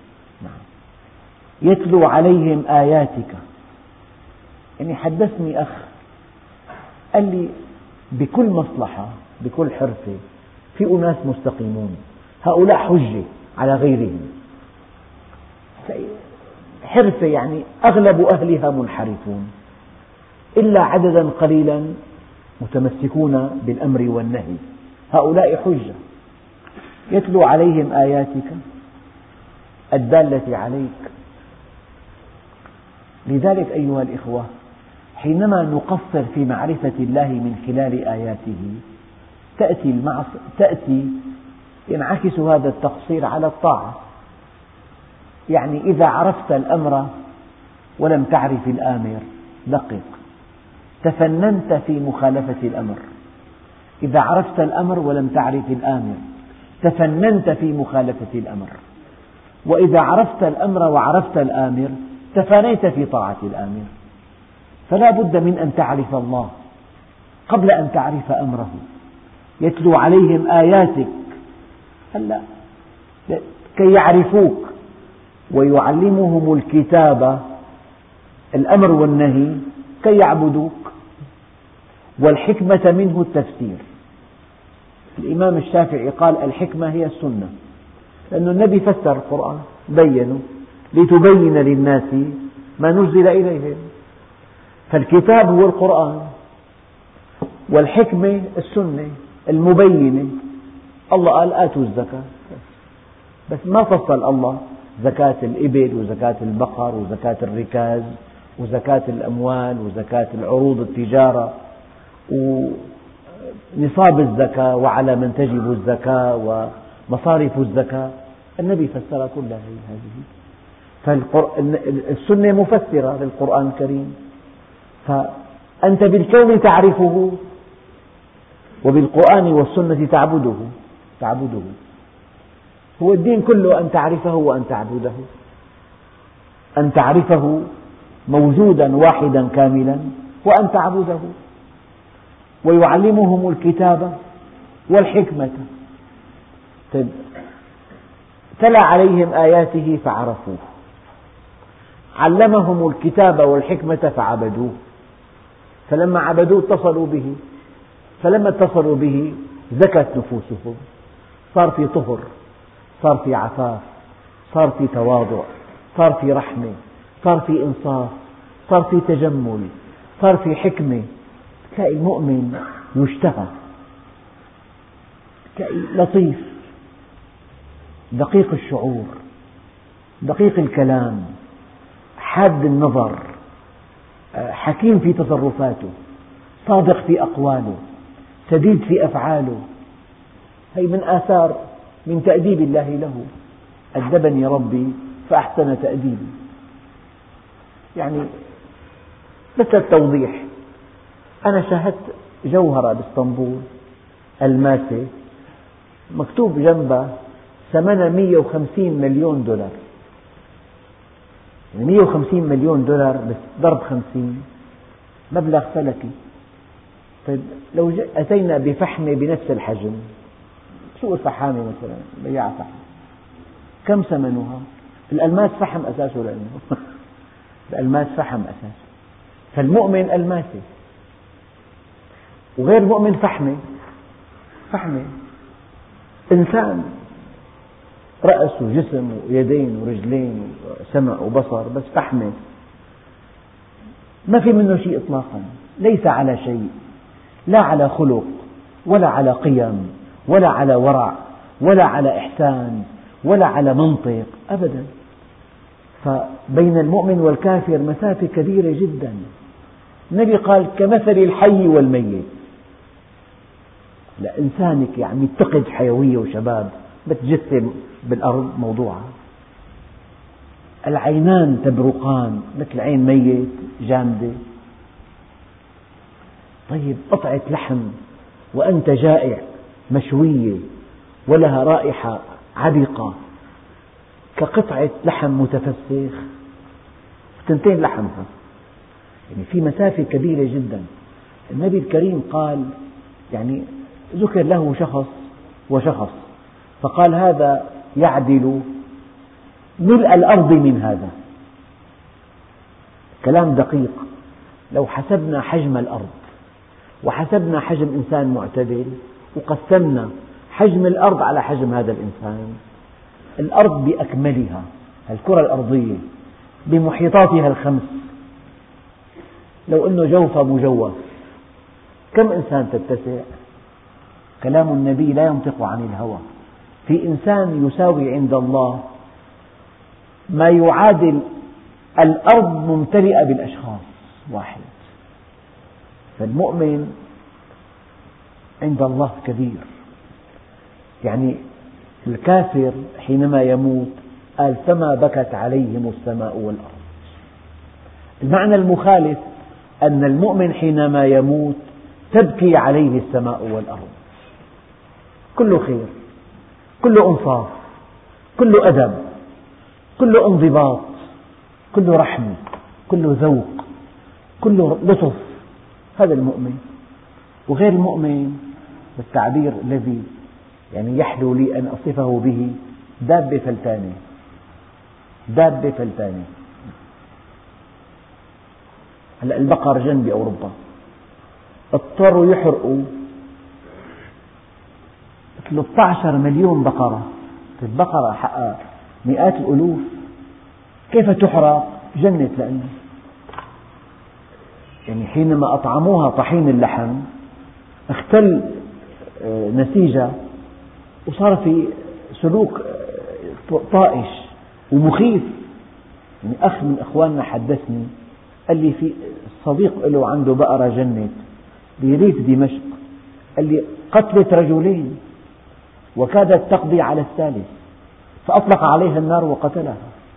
يتلو عليهم آياتك. يعني حدثني أخ قال لي بكل مصلحة بكل حرفة في أناس مستقيمون، هؤلاء حجة على غيرهم، حرفة يعني أغلب أهلها منحرفون إلا عددا قليلا متمسكون بالأمر والنهي، هؤلاء حجة يتلو عليهم آياتك الدالة عليك. لذلك أيها الإخوة، حينما نقصر في معرفة الله من خلال آياته ينعكس هذا التقصير على الطاعة. يعني إذا عرفت الأمر ولم تعرف الآمر دقق، تفننت في مخالفة الأمر. إذا عرفت الأمر ولم تعرف الآمر تفننت في مخالفة الأمر، وإذا عرفت الأمر وعرفت الآمر تفانيت في طاعة الآمر. فلا بد من أن تعرف الله قبل أن تعرف أمره. يتلو عليهم آياتك هلأ كي يعرفوك، ويعلمهم الكتاب الأمر والنهي كي يعبدوك، والحكمة منه التفسير. الإمام الشافعي قال الحكمة هي السنة، لأن النبي فسر القرآن بيّنه لتبين للناس ما نزل إليهم، فالكتاب هو القرآن والحكمة السنة المبينة. الله قال آتوا الزكاة، بس ما فصل الله زكاة الإبل وزكاة البقر وزكاة الركاز وزكاة الأموال وزكاة العروض التجارة ونصاب الزكاة وعلى من تجب الزكاة ومصارف الزكاة. النبي فسر كل هذه، فالسنة مفسرة للقرآن الكريم. فأنت بالكون تعرفه وبالقرآن والسنة تعبده. هو الدين كله أن تعرفه وأن تعبده، أن تعرفه موجودا واحدا كاملا وأن تعبده. ويعلمهم الكتاب والحكمة، تلا عليهم آياته فعرفوه، علمهم الكتاب والحكمة فعبدوه، فلما عبدوه اتصلوا به، فلما اتصلوا به زكت نفوسهم، صار في طهر، صار في عفاف، صار في تواضع، صار في رحمة، صار في إنصاف، صار في تجمل، صار في حكمة. تلاقي المؤمن يشتهى، تلاقي لطيف، دقيق الشعور، دقيق الكلام، حاد النظر، حكيم في تصرفاته، صادق في أقواله، سديد في أفعاله. هي من آثار من تأديب الله له، أدبني ربي فأحسن تأديبي. يعني مثل التوضيح، أنا شاهدت جوهرة بإسطنبول ألماسة مكتوب جنبها ثمنها 150 مليون دولار. يعني 150 مليون دولار بس ضرب 50 مبلغ فلكي. طيب لو أتينا بفحمة بنفس الحجم، سوق الفحامة مثلا بياع فحم، كم ثمنها؟ الألماس فحم أساسه، لأنه الألماس فحم أساسه. فالمؤمن ألماسي وغير المؤمن فحمة، إنسان رأس وجسم ويدين ورجلين وسمع وبصر، بس فحمة ما في منه شيء إطلاقا، ليس على شيء، لا على خلق ولا على قيم ولا على ورع ولا على إحسان ولا على منطق أبدا. فبين المؤمن والكافر مسافة كبيرة جدا. النبي قال كمثل الحي والميت. لا إنسانك يعني يتقد حيوية وشباب، بتجثم بالأرض موضوعها. العينان تبرقان مثل عين ميت جامدة. طيب قطعة لحم وأنت جائع مشوية ولها رائحة عبقة كقطعة لحم متفسخ، ثنتين لحمها، يعني في مسافة كبيرة جدا. النبي الكريم قال، يعني ذكر له شخص وشخص، فقال هذا يعدل ملء الأرض من هذا. كلام دقيق. لو حسبنا حجم الأرض وحسبنا حجم إنسان معتدل وقسمنا حجم الأرض على حجم هذا الإنسان، الأرض بأكملها، الكرة الأرضية بمحيطاتها الخمس، لو أنه جوف مجوف، كم إنسان تتسع؟ كلام النبي لا ينطق عن الهوى. في إنسان يساوي عند الله ما يعادل الأرض ممتلئة بالأشخاص واحد. فالمؤمن عند الله كبير. يعني الكافر حينما يموت قال فما بكت عليهم السماء والأرض. المعنى المخالف أن المؤمن حينما يموت تبكي عليه السماء والأرض. كله خير، كله إنصاف، كله أدب، كله انضباط، كله رحمة، كله ذوق، كله لطف. هذا المؤمن. وغير المؤمن بالتعبير الذي يعني يحلو لي أن أصفه به دابة فلتانة. دابة فلتانة. هلأ البقر جن بأوروبا اضطروا يحرقوا 13 مليون بقرة. البقرة حقها مئات الألوف، كيف تحرق؟ جنت لأنه يعني حينما أطعموها طحين اللحم اختل نسيجها وصار في سلوك طائش ومخيف. يعني أخ من إخواننا حدثني قال لي في صديق له عنده بقرة جنت بريف دمشق، قال لي قتلت رجلين وكادت تقضي على الثالث فأطلق عليها النار وقتلها.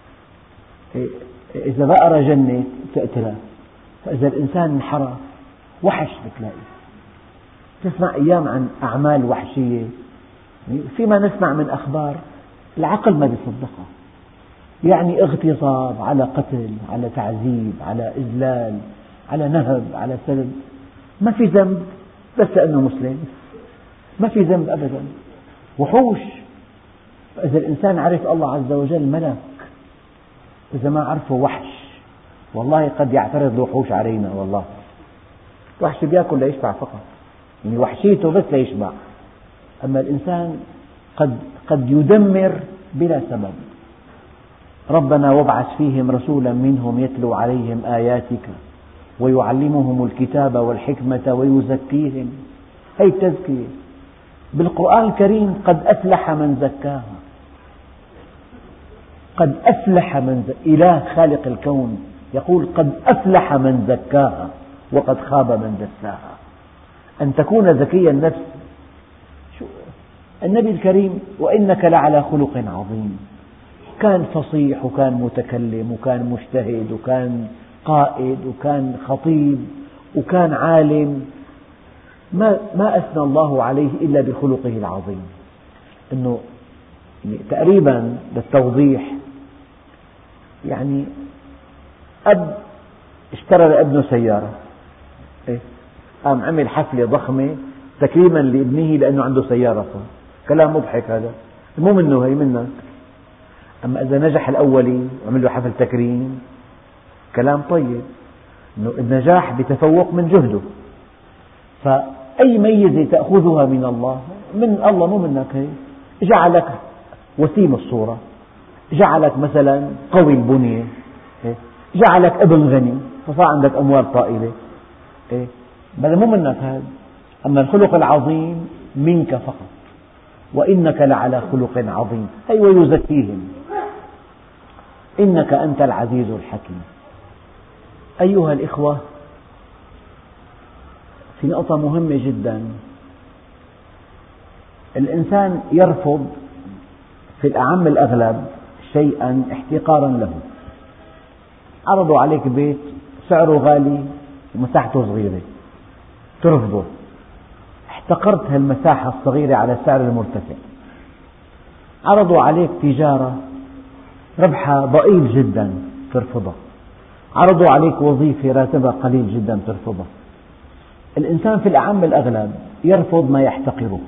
إذا بقرة جنت تقتلها، فإذا الإنسان انحرف وحش بتلاقي. تسمع أيام عن أعمال وحشية، فيما نسمع من أخبار العقل ما بيصدقها، يعني اغتصاب، على قتل، على تعذيب، على إذلال، على نهب، على سلب، ما في ذنب بس لأنه مسلم، ما في ذنب أبدا، وحوش. فإذا الإنسان عرف الله عز وجل ملك، إذا ما عرفه وحش. والله قد يعترض الوحوش علينا، والله الوحش بيأكل ليشبع فقط، يعني وحشيته بس ليشبع. أما الإنسان قد يدمر بلا سبب. ربنا وابعث فيهم رسولا منهم يتلو عليهم آياتك ويعلمهم الكتاب والحكمة ويزكيهم. هي التزكية بالقرآن الكريم. قد أفلح من زكاها. قد أفلح من إله خالق الكون يقول قد أفلح من زكاها وقد خاب من دساها. أن تكون زكي النفس. النبي الكريم وإنك لعلى خلق عظيم، كان فصيح وكان متكلم وكان مجتهد وكان قائد وكان خطيب وكان عالم، ما أثنى الله عليه إلا بخلقه العظيم. أنه تقريبا للتوضيح، يعني أب اشترى لابنه سيارة، قام عمل حفلة ضخمة تكريما لابنه لأنه عنده سيارة. كلام مضحك هذا، مو منه، هي منك. أما إذا نجح الأولي وعمل له حفل تكريم كلام طيب، إنه النجاح بتفوق من جهده. فأي ميزة تأخذها من الله، من الله مو منك. هي جعلك وسيم الصورة، جعلك مثلا قوي البنية، جعلك ابن غني فصار عندك أموال طائلة، بل مو منك هذا. أما الخلق العظيم منك فقط. وإنك لعلى خلق عظيم، أي ويزكيهم إنك أنت العزيز الحكيم. أيها الإخوة، في نقطة مهمة جدا. الإنسان يرفض في الأعم الأغلب شيئا احتقارا له. عرضوا عليك بيت سعره غالي ومساحته صغيرة، ترفضه، احتقرت هالمساحة الصغيرة على السعر المرتفع. عرضوا عليك تجارة ربحها ضئيل جدا ترفضها، عرضوا عليك وظيفة راتبها قليل جدا ترفضها. الإنسان في الأعم الأغلب يرفض ما يحتقره،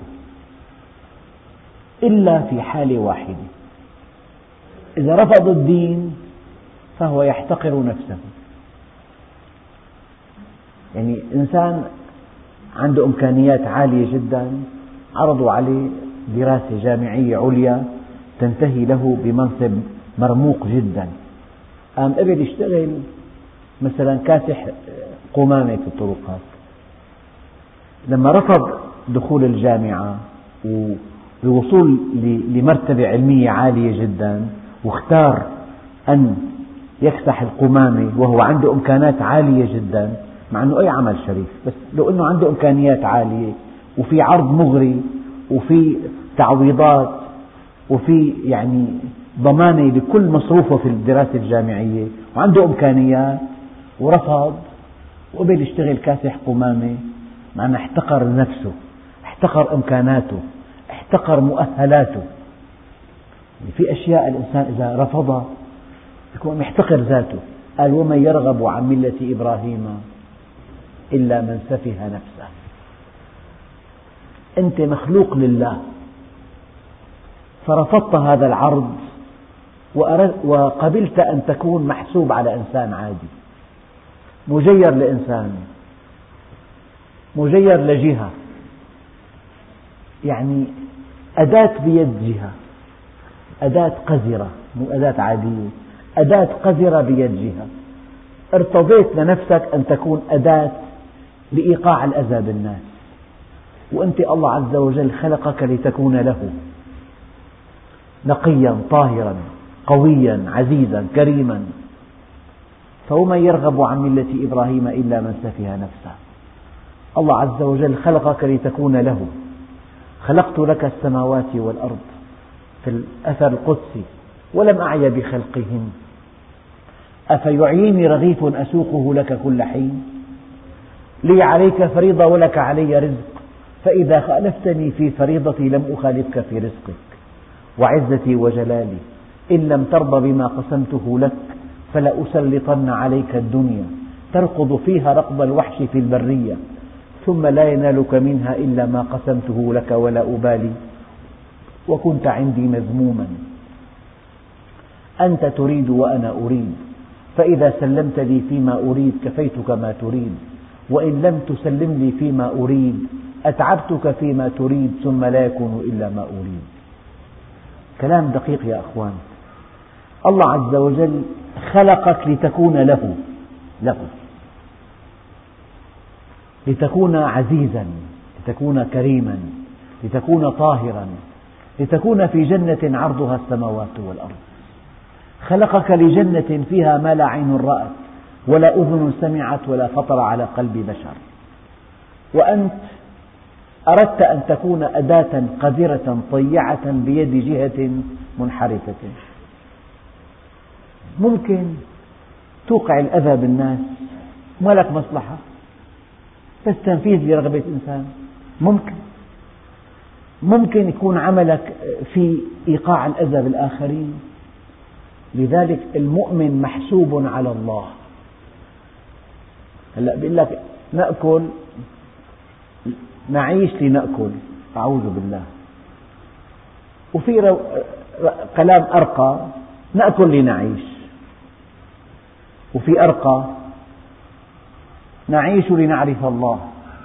إلا في حالة واحدة، إذا رفض الدين فهو يحتقر نفسه. يعني إنسان عنده إمكانيات عالية جدا، عرضوا عليه دراسة جامعية عليا تنتهي له بمنصب مرموق جدا، قام قبل يشتغل مثلا كاسح قمامة في الطرقات. لما رفض دخول الجامعة والوصول لمرتبة علمية عالية جدا، واختار أن يكسح القمامة وهو عنده إمكانات عالية جدا، مع أنه أي عمل شريف، بس لو أنه عنده إمكانيات عالية وفي عرض مغري وفي تعويضات وفي يعني ضمانة لكل مصروفه في الدراسة الجامعية وعنده إمكانيات، ورفض وقبل يشتغل كاسح قمامة، معناه احتقر نفسه، احتقر إمكاناته، احتقر مؤهلاته. في أشياء الإنسان إذا رفضها يكون محتقر ذاته. قال: ومن يرغب عن ملة إبراهيم إلا من سفه نفسه. أنت مخلوق لله، فرفضت هذا العرض وقبلت أن تكون محسوب على إنسان عادي، مجير لإنسان، مجير لجهة، يعني أداة بيد جهة، أداة قذرة، مو أداة عادية، أداة قذرة بيد جهة. ارتضيت لنفسك أن تكون أداة لإيقاع الأذى بالناس، وأنت الله عز وجل خلقك لتكون له نقيا طاهرا قويا عزيزا كريما. فومن يرغب عن ملة إبراهيم إلا من سفه نفسه. الله عز وجل خلقك لتكون له. خلقت لك السماوات والأرض في الأثر القدسي ولم أعي بخلقهن، أفيعيني رغيف أسوقه لك كل حين، لي عليك فريضة ولك علي رزق، فإذا خالفتني في فريضتي لم أخالفك في رزقك، وعزتي وجلالي إن لم ترضى بما قسمته لك فلأسلطن عليك الدنيا تركض فيها ركض الوحش في البرية، ثم لا ينالك منها إلا ما قسمته لك ولا أبالي، وكنت عندي مذموما. أنت تريد وأنا أريد، فإذا سلمت لي فيما أريد كفيتك ما تريد، وإن لم تسلم لي فيما أريد أتعبتك فيما تريد ثم لا يكون إلا ما أريد. كلام دقيق يا أخوان. الله عز وجل خلقك لتكون له، لتكون عزيزا، لتكون كريما، لتكون طاهرا، لتكون في جنة عرضها السماوات والأرض. خلقك لجنة فيها ما لا عين رأت ولا أذن سمعت ولا خطر على قلب بشر، وأنت أردت أن تكون أداة قذرة طيعة بيد جهة منحرفة. ممكن توقع الأذى بالناس، ما لك مصلحة، بس تنفيذ لرغبة إنسان. ممكن يكون عملك في إيقاع الأذى بالآخرين. لذلك المؤمن محسوب على الله. هلأ بيقول لك نأكل نعيش لنأكل، أعوذ بالله. وفي كلام أرقى، نأكل لنعيش. وفي أرقى، نعيش لنعرف الله،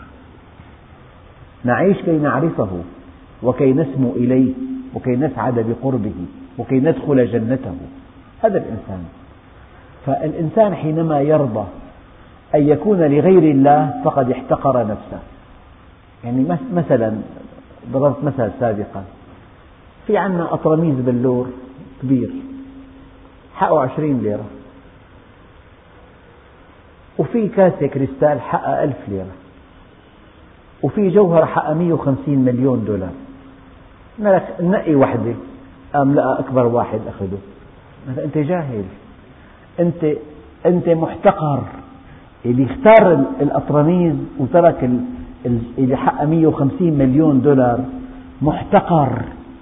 نعيش كي نعرفه وكي نسمو إليه وكي نسعد بقربه وكي ندخل جنته. هذا الإنسان. فالإنسان حينما يرضى أن يكون لغير الله فقد احتقر نفسه. يعني مثلا ضربت مثل سابقا، في عندنا أطرميز بلور كبير حقه 20 ليرة، وفي كاسة كريستال حقها 1000 ليرة، وفي جوهر حقها 150 مليون دولار. نقي واحدة، قام لقى أكبر واحد أخذه. أنت جاهل، أنت محتقر. اللي اختار الأطرميز وترك اللي حقه 150 مليون دولار محتقر.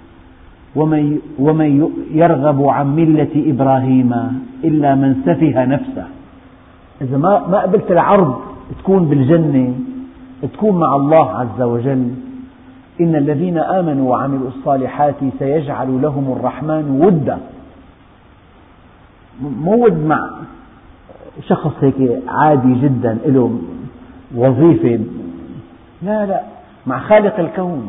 ومن يرغب عن ملة إبراهيم إلا من سفه نفسه. إذا ما قبلت العرض تكون بالجنة، تكون مع الله عز وجل. إن الذين آمنوا وعملوا الصالحات سيجعل لهم الرحمن ودا. مو ود مع شخص هيك عادي جدا له وظيفة، لا، مع خالق الكون.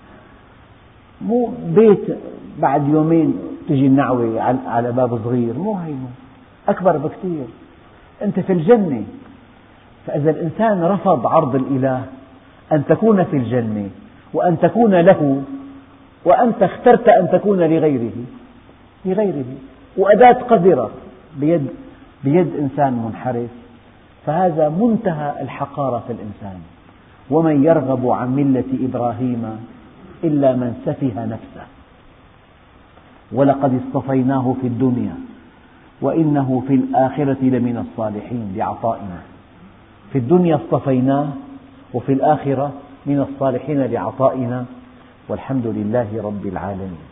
مو بيت بعد يومين تجي النعوة على باب صغير، مو هينو، أكبر بكثير. أنت في الجنة. فإذا الإنسان رفض عرض الإله أن تكون في الجنة وأن تكون له، وأنت اخترت أن تكون لغيره، وأداة قذرة بيد إنسان منحرف، فهذا منتهى الحقارة في الإنسان. ومن يرغب عن ملة إبراهيم إلا من سفه نفسه ولقد اصطفيناه في الدنيا وإنه في الآخرة لمن الصالحين لعطائنا. في الدنيا اصطفيناه وفي الآخرة من الصالحين لعطائنا، والحمد لله رب العالمين.